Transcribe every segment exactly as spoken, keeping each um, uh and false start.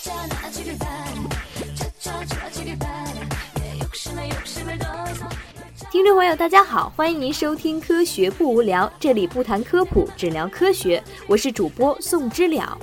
听众朋友大家好，欢迎您收听科学不无聊，这里不谈科普只聊科学，我是主播宋知了。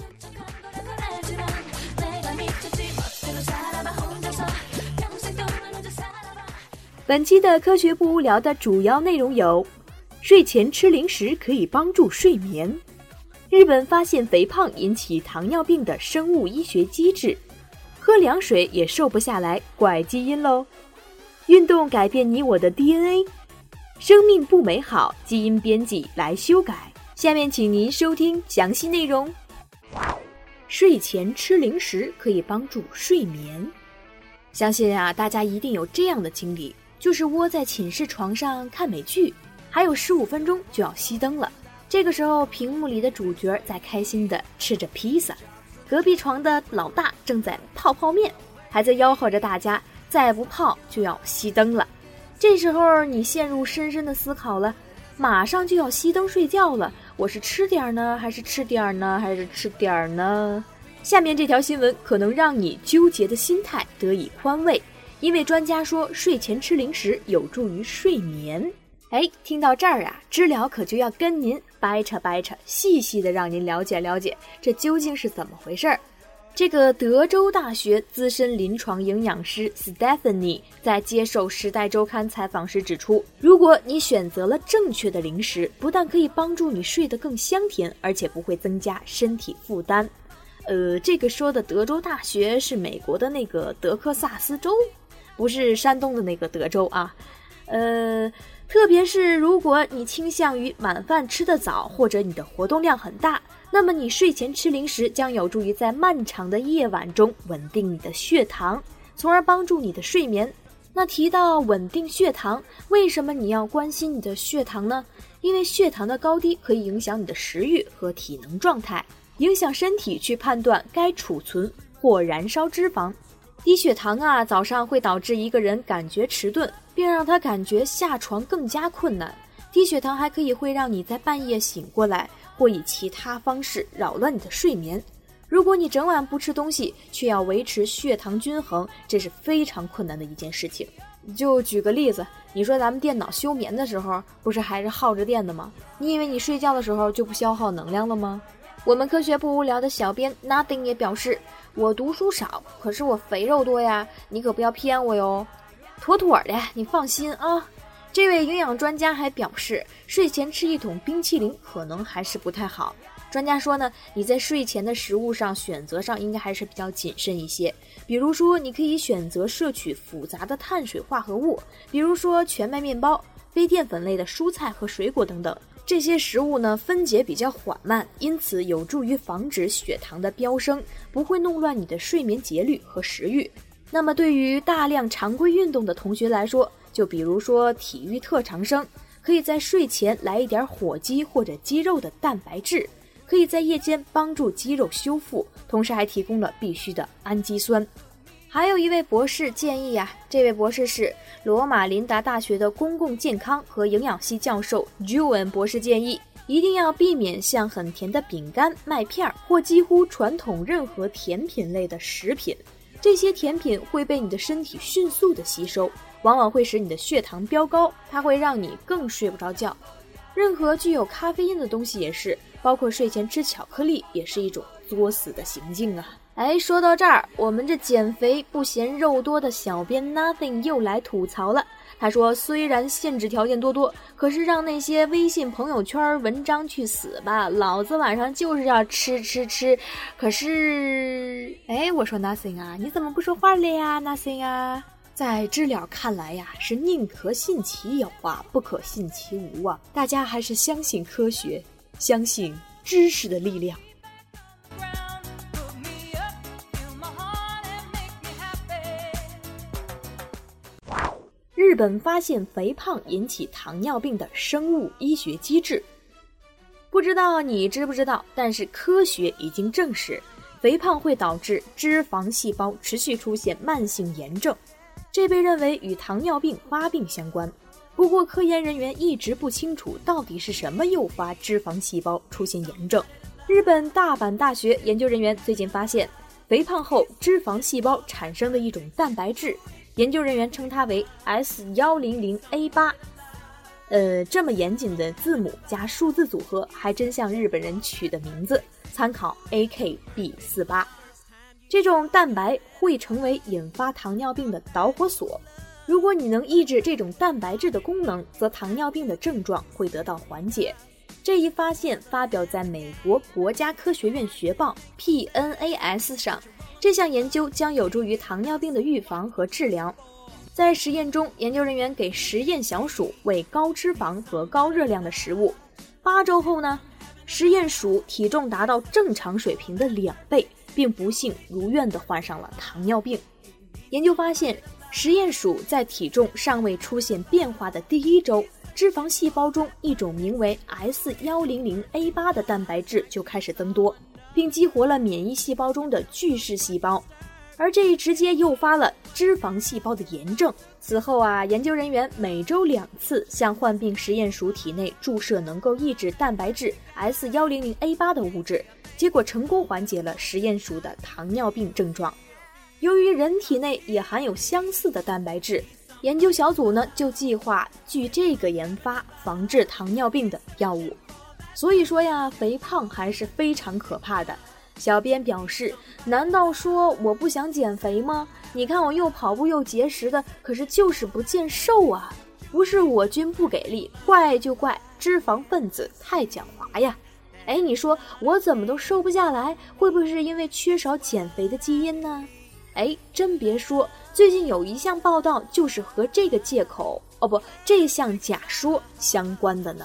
本期的科学不无聊的主要内容有：睡前吃零食可以帮助睡眠，日本发现肥胖引起糖尿病的生物医学机制，喝凉水也瘦不下来，怪基因咯。运动改变你我的 D N A， 生命不美好，基因编辑来修改。下面请您收听详细内容。睡前吃零食可以帮助睡眠，相信啊，大家一定有这样的经历，就是窝在寝室床上看美剧，还有十五分钟就要熄灯了。这个时候，屏幕里的主角在开心地吃着披萨，隔壁床的老大正在泡泡面，还在吆喝着大家再不泡就要熄灯了。这时候你陷入深深的思考了，马上就要熄灯睡觉了，我是吃点呢还是吃点呢还是吃点呢？下面这条新闻可能让你纠结的心态得以宽慰，因为专家说睡前吃零食有助于睡眠。哎，听到这儿啊，知了可就要跟您掰扯掰扯，细细的让您了解了解这究竟是怎么回事儿。这个德州大学资深临床营养师 Stephanie 在接受《时代周刊》采访时指出，如果你选择了正确的零食，不但可以帮助你睡得更香甜，而且不会增加身体负担。呃，这个说的德州大学是美国的那个德克萨斯州，不是山东的那个德州啊。呃，特别是如果你倾向于晚饭吃得早，或者你的活动量很大，那么你睡前吃零食将有助于在漫长的夜晚中稳定你的血糖，从而帮助你的睡眠。那提到稳定血糖，为什么你要关心你的血糖呢？因为血糖的高低可以影响你的食欲和体能状态，影响身体去判断该储存或燃烧脂肪。低血糖啊，早上会导致一个人感觉迟钝，并让他感觉下床更加困难。低血糖还可以会让你在半夜醒过来，或以其他方式扰乱你的睡眠。如果你整晚不吃东西，却要维持血糖均衡，这是非常困难的一件事情。就举个例子，你说咱们电脑休眠的时候，不是还是耗着电的吗？你以为你睡觉的时候就不消耗能量了吗？我们科学不无聊的小编 Nothing 也表示，我读书少，可是我肥肉多呀，你可不要骗我哟。妥妥的，你放心啊。这位营养专家还表示，睡前吃一桶冰淇淋可能还是不太好。专家说呢，你在睡前的食物上选择上应该还是比较谨慎一些，比如说你可以选择摄取复杂的碳水化合物，比如说全麦面包、非淀粉类的蔬菜和水果等等。这些食物呢分解比较缓慢，因此有助于防止血糖的飙升，不会弄乱你的睡眠节律和食欲。那么对于大量常规运动的同学来说，就比如说体育特长生，可以在睡前来一点火鸡或者鸡肉的蛋白质，可以在夜间帮助肌肉修复，同时还提供了必需的氨基酸。还有一位博士建议啊，这位博士是罗马林达大学的公共健康和营养系教授 Juan 博士建议，一定要避免像很甜的饼干、麦片或几乎传统任何甜品类的食品，这些甜品会被你的身体迅速的吸收，往往会使你的血糖飙高，它会让你更睡不着觉。任何具有咖啡因的东西也是，包括睡前吃巧克力也是一种作死的行径啊。哎，说到这儿，我们这减肥不嫌肉多的小编 Nothing 又来吐槽了。他说，虽然限制条件多多，可是让那些微信朋友圈文章去死吧，老子晚上就是要吃吃吃。可是，哎，我说 Nothing 啊，你怎么不说话了呀 Nothing 啊？在知了看来呀，是宁可信其有啊，不可信其无啊。大家还是相信科学，相信知识的力量。日本发现肥胖引起糖尿病的生物医学机制。不知道你知不知道，但是科学已经证实，肥胖会导致脂肪细胞持续出现慢性炎症，这被认为与糖尿病发病相关。不过科研人员一直不清楚到底是什么诱发脂肪细胞出现炎症。日本大阪大学研究人员最近发现， 肥胖后脂肪细胞产生的一种蛋白质，研究人员称它为 S 一零零 A 八。呃，这么严谨的字母加数字组合，还真像日本人取的名字，参考 A K B 四八。这种蛋白会成为引发糖尿病的导火索，如果你能抑制这种蛋白质的功能，则糖尿病的症状会得到缓解。这一发现发表在美国国家科学院学报 P N A S 上，这项研究将有助于糖尿病的预防和治疗。在实验中，研究人员给实验小鼠喂高脂肪和高热量的食物，八周后呢，实验鼠体重达到正常水平的两倍，并不幸如愿地患上了糖尿病。研究发现，实验鼠在体重尚未出现变化的第一周，脂肪细胞中一种名为 S 一零零 A 八 的蛋白质就开始增多，并激活了免疫细胞中的巨噬细胞，而这直接诱发了脂肪细胞的炎症。此后啊，研究人员每周两次向患病实验鼠体内注射能够抑制蛋白质 S 一零零 A 八 的物质，结果成功缓解了实验鼠的糖尿病症状。由于人体内也含有相似的蛋白质，研究小组呢就计划据这个研发防治糖尿病的药物。所以说呀，肥胖还是非常可怕的。小编表示，难道说我不想减肥吗？你看我又跑步又节食的，可是就是不见瘦啊！不是我军不给力，怪就怪脂肪分子太狡猾呀！哎，你说我怎么都瘦不下来，会不会是因为缺少减肥的基因呢？哎，真别说，最近有一项报道就是和这个借口，哦不，这项假说相关的呢。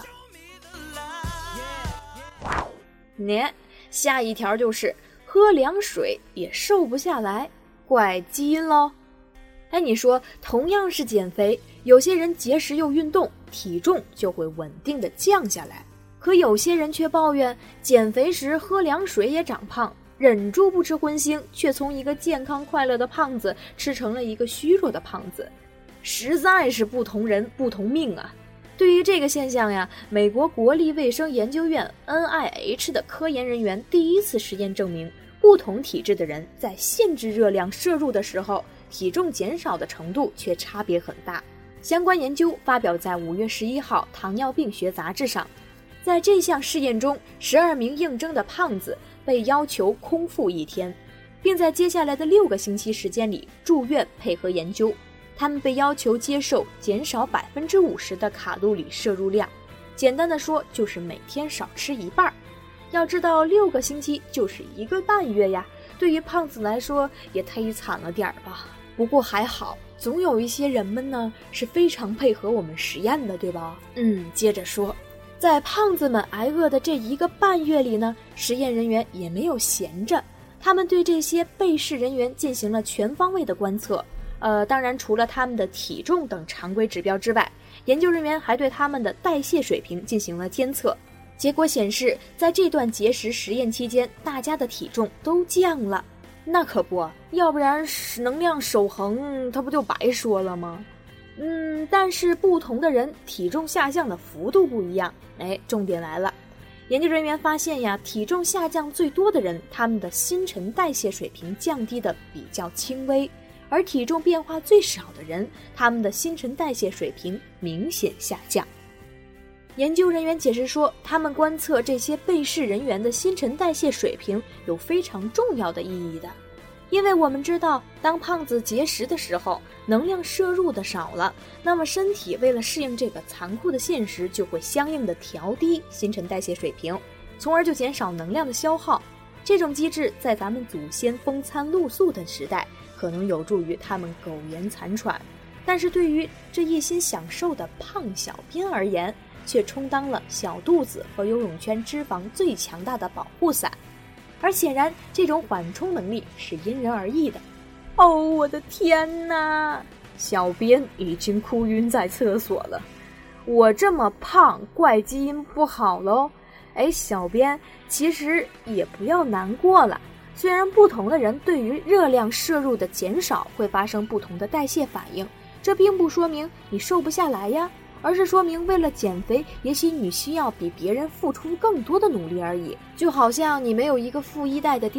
年，下一条就是喝凉水也瘦不下来，怪基因咯。哎，你说同样是减肥，有些人节食又运动，体重就会稳定的降下来，可有些人却抱怨减肥时喝凉水也长胖，忍住不吃荤腥，却从一个健康快乐的胖子吃成了一个虚弱的胖子，实在是不同人不同命啊。对于这个现象呀，美国国立卫生研究院 N I H 的科研人员第一次实验证明，不同体质的人在限制热量摄入的时候，体重减少的程度却差别很大。相关研究发表在五月十一号糖尿病学杂志上。在这项试验中，十二名应征的胖子被要求空腹一天，并在接下来的六个星期时间里住院配合研究。他们被要求接受减少百分之五十的卡路里摄入量，简单的说就是每天少吃一半。要知道六个星期就是一个半月呀，对于胖子来说也忒惨了点儿吧。不过还好，总有一些人们呢是非常配合我们实验的，对吧？嗯，接着说，在胖子们挨饿的这一个半月里呢，实验人员也没有闲着，他们对这些被试人员进行了全方位的观测。呃，当然除了他们的体重等常规指标之外，研究人员还对他们的代谢水平进行了监测。结果显示，在这段节食实验期间，大家的体重都降了。那可不，要不然能量守恒，它不就白说了吗？嗯，但是不同的人体重下降的幅度不一样。哎，重点来了，研究人员发现呀，体重下降最多的人，他们的新陈代谢水平降低的比较轻微。而体重变化最少的人，他们的新陈代谢水平明显下降。研究人员解释说，他们观测这些被试人员的新陈代谢水平有非常重要的意义的，因为我们知道，当胖子节食的时候，能量摄入的少了，那么身体为了适应这个残酷的现实，就会相应的调低新陈代谢水平，从而就减少能量的消耗。这种机制在咱们祖先风餐露宿的时代，可能有助于他们苟延残喘，但是对于这一心享受的胖小编而言，却充当了小肚子和游泳圈脂肪最强大的保护伞。而显然，这种缓冲能力是因人而异的。哦，我的天哪！小编已经哭晕在厕所了。我这么胖，怪基因不好喽。哎，小编其实也不要难过了。虽然不同的人对于热量摄入的减少会发生不同的代谢反应，这并不说明你瘦不下来呀，而是说明为了减肥，也许你需要比别人付出更多的努力而已。就好像你没有一个富一代的爹，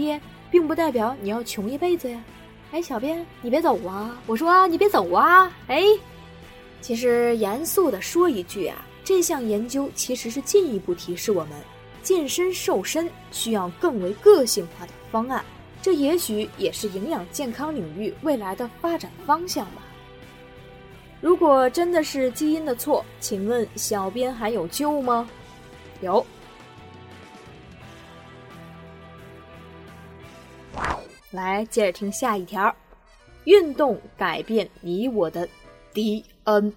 并不代表你要穷一辈子呀。哎，小编，你别走啊！我说你别走啊！哎，其实严肃地说一句啊，这项研究其实是进一步提示我们，健身瘦身需要更为个性化的方案，这也许也是营养健康领域未来的发展方向吧。如果真的是基因的错，请问小编还有救吗？有。来，接着听下一条，运动改变你我的 D N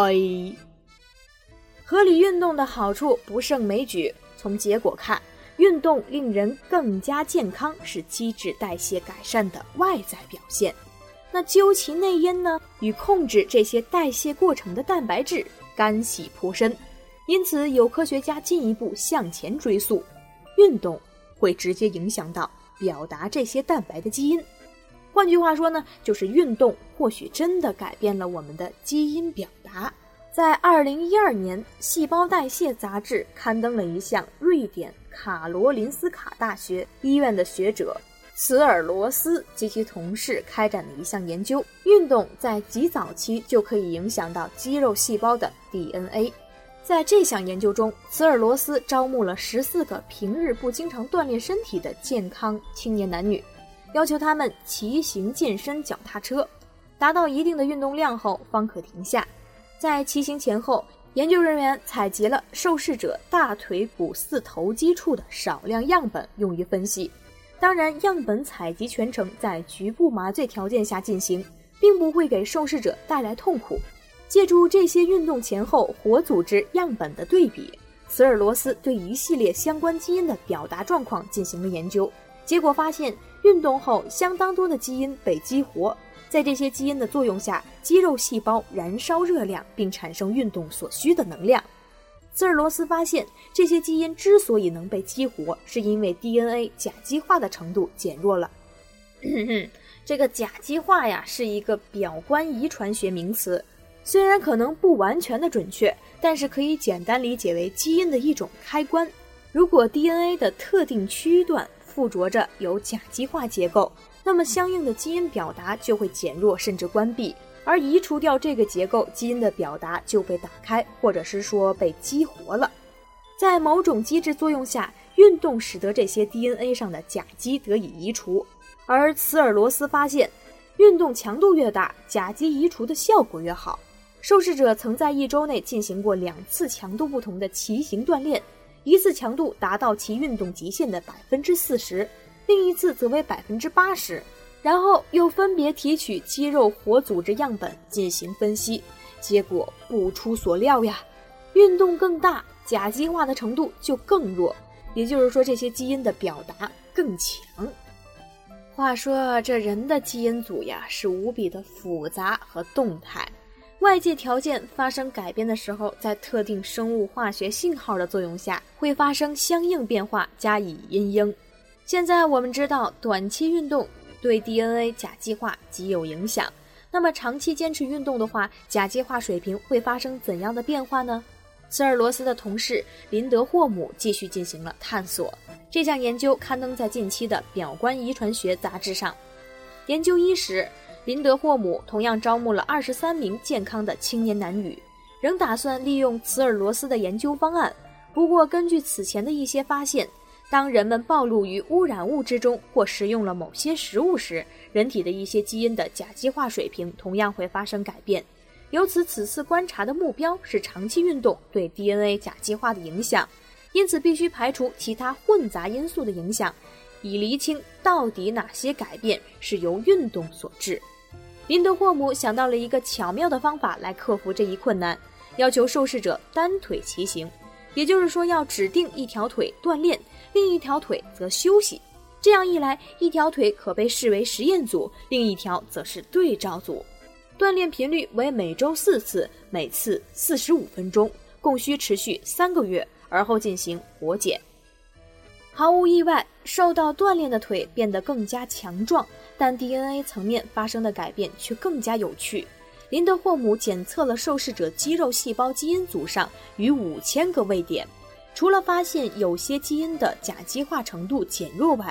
A。 合理运动的好处不胜枚举，从结果看，运动令人更加健康，是基质代谢改善的外在表现。那究其内因呢，与控制这些代谢过程的蛋白质干系颇深，因此有科学家进一步向前追溯，运动会直接影响到表达这些蛋白的基因。换句话说呢，就是运动或许真的改变了我们的基因表达。在二零一二年，《细胞代谢》杂志刊登了一项瑞典卡罗林斯卡大学医院的学者茨尔罗斯及其同事开展的一项研究，运动在极早期就可以影响到肌肉细胞的 D N A。 在这项研究中，茨尔罗斯招募了十四个平日不经常锻炼身体的健康青年男女，要求他们骑行健身脚踏车，达到一定的运动量后方可停下。在骑行前后，研究人员采集了受试者大腿股四头肌处的少量样本用于分析。当然，样本采集全程在局部麻醉条件下进行，并不会给受试者带来痛苦。借助这些运动前后活组织样本的对比，茨尔罗斯对一系列相关基因的表达状况进行了研究。结果发现，运动后相当多的基因被激活，在这些基因的作用下，肌肉细胞燃烧热量并产生运动所需的能量。茨尔罗斯发现，这些基因之所以能被激活，是因为 D N A 甲基化的程度减弱了。这个甲基化呀，是一个表观遗传学名词，虽然可能不完全的准确，但是可以简单理解为基因的一种开关。如果 D N A 的特定区段附着着有甲基化结构，那么相应的基因表达就会减弱甚至关闭，而移除掉这个结构，基因的表达就被打开，或者是说被激活了。在某种机制作用下，运动使得这些 D N A 上的甲基得以移除，而茨尔罗斯发现，运动强度越大，甲基移除的效果越好。受试者曾在一周内进行过两次强度不同的骑行锻炼，一次强度达到其运动极限的 百分之四十， 另一次则为 百分之八十， 然后又分别提取肌肉活组织样本进行分析，结果不出所料呀，运动更大，甲基化的程度就更弱，也就是说这些基因的表达更强。话说这人的基因组呀，是无比的复杂和动态，外界条件发生改变的时候，在特定生物化学信号的作用下，会发生相应变化，加以因应。现在我们知道，短期运动对 D N A 甲基化极有影响，那么长期坚持运动的话，甲基化水平会发生怎样的变化呢？茨尔罗斯的同事林德霍姆继续进行了探索。这项研究刊登在近期的《表观遗传学》杂志上。研究伊始，林德霍姆同样招募了二十三名健康的青年男女，仍打算利用茨尔罗斯的研究方案。不过根据此前的一些发现，当人们暴露于污染物之中或食用了某些食物时，人体的一些基因的甲基化水平同样会发生改变。由此，此次观察的目标是长期运动对 D N A 甲基化的影响，因此必须排除其他混杂因素的影响，以厘清到底哪些改变是由运动所致。林德霍姆想到了一个巧妙的方法来克服这一困难，要求受试者单腿骑行，也就是说要指定一条腿锻炼，另一条腿则休息。这样一来，一条腿可被视为实验组，另一条则是对照组。锻炼频率为每周四次，每次四十五分钟，共需持续三个月，而后进行活检。毫无意外，受到锻炼的腿变得更加强壮，但 D N A 层面发生的改变却更加有趣。林德霍姆检测了受试者肌肉细胞基因组上逾五千个位点，除了发现有些基因的甲基化程度减弱外，还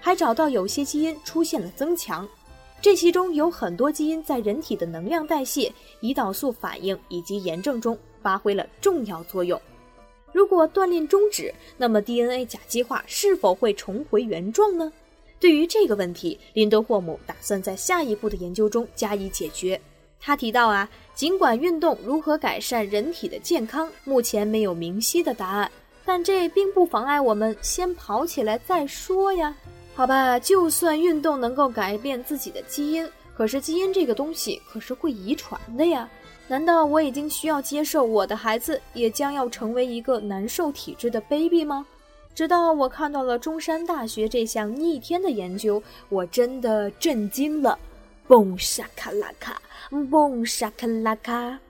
还找到有些基因出现了增强，这其中有很多基因在人体的能量代谢、胰岛素反应以及炎症中发挥了重要作用。如果锻炼终止，那么 D N A 甲基化是否会重回原状呢？对于这个问题，林德霍姆打算在下一步的研究中加以解决。他提到啊，尽管运动如何改善人体的健康，目前没有明晰的答案，但这并不妨碍我们先跑起来再说呀。好吧，就算运动能够改变自己的基因，可是基因这个东西可是会遗传的呀。难道我已经需要接受我的孩子也将要成为一个难受体质的 baby 吗？直到我看到了中山大学这项逆天的研究，我真的震惊了。蹦沙卡拉卡，蹦沙卡拉卡。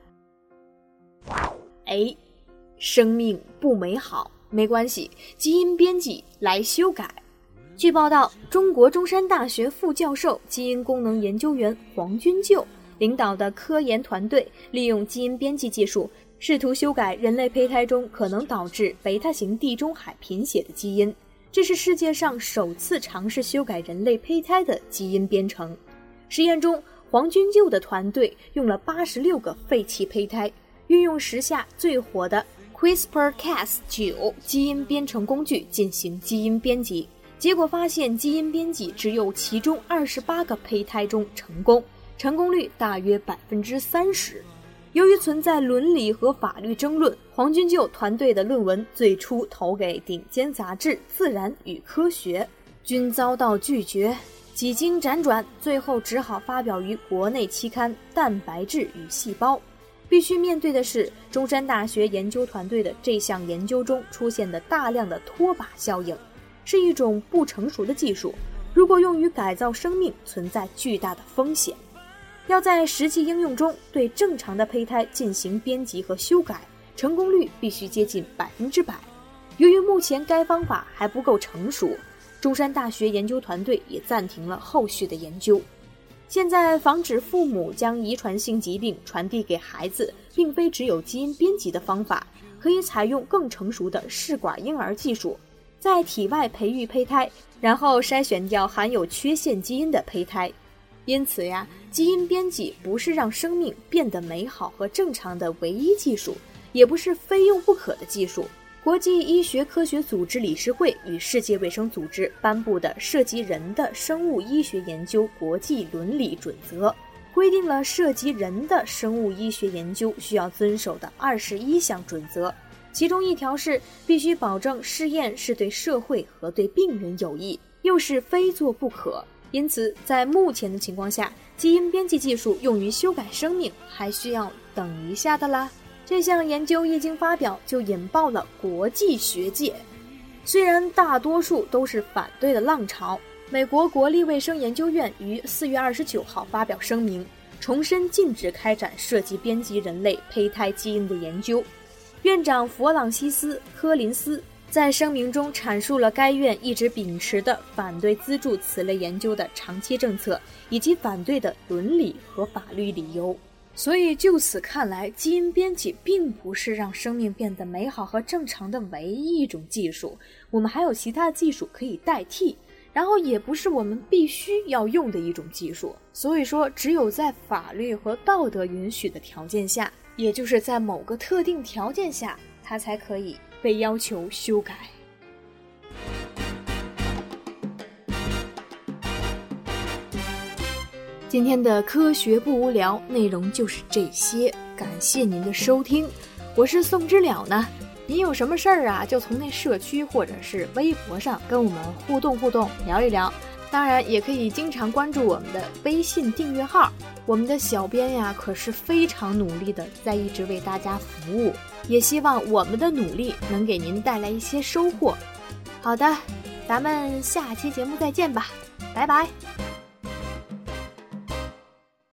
哎，生命不美好，没关系，基因编辑来修改。据报道，中国中山大学副教授、基因功能研究员黄君究领导的科研团队，利用基因编辑技术，试图修改人类胚胎中可能导致贝塔型地中海贫血的基因。这是世界上首次尝试修改人类胚胎的基因编程。实验中，黄君究的团队用了八十六个废弃胚胎，运用时下最火的 CRISPR Cas 九 基因编程工具进行基因编辑，结果发现基因编辑只有其中二十八个胚胎中成功，成功率大约 百分之三十。 由于存在伦理和法律争论，黄君究团队的论文最初投给顶尖杂志《自然与科学》，均遭到拒绝。几经辗转，最后只好发表于国内期刊《蛋白质与细胞》。必须面对的是，中山大学研究团队的这项研究中出现的大量的脱靶效应，是一种不成熟的技术，如果用于改造生命，存在巨大的风险。要在实际应用中对正常的胚胎进行编辑和修改，成功率必须接近百分之百。由于目前该方法还不够成熟，中山大学研究团队也暂停了后续的研究。现在防止父母将遗传性疾病传递给孩子，并非只有基因编辑的方法，可以采用更成熟的试管婴儿技术，在体外培育胚胎，然后筛选掉含有缺陷基因的胚胎。因此呀，基因编辑不是让生命变得美好和正常的唯一技术，也不是非用不可的技术。国际医学科学组织理事会与世界卫生组织颁布的涉及人的生物医学研究国际伦理准则，规定了涉及人的生物医学研究需要遵守的二十一项准则，其中一条是必须保证试验是对社会和对病人有益，又是非做不可。因此，在目前的情况下，基因编辑技术用于修改生命还需要等一下的啦。这项研究一经发表，就引爆了国际学界。虽然大多数都是反对的浪潮，美国国立卫生研究院于四月二十九号发表声明，重申禁止开展涉及编辑人类胚胎基因的研究。院长弗朗西斯·科林斯在声明中阐述了该院一直秉持的反对资助此类研究的长期政策，以及反对的伦理和法律理由。所以就此看来，基因编辑并不是让生命变得美好和正常的唯一一种技术，我们还有其他的技术可以代替，然后也不是我们必须要用的一种技术。所以说，只有在法律和道德允许的条件下，也就是在某个特定条件下，它才可以被要求修改。今天的科学不无聊内容就是这些，感谢您的收听，我是宋知了呢。您有什么事儿啊，就从那社区或者是微博上跟我们互动互动，聊一聊。当然也可以经常关注我们的微信订阅号，我们的小编呀可是非常努力的在一直为大家服务，也希望我们的努力能给您带来一些收获。好的，咱们下期节目再见吧，拜拜。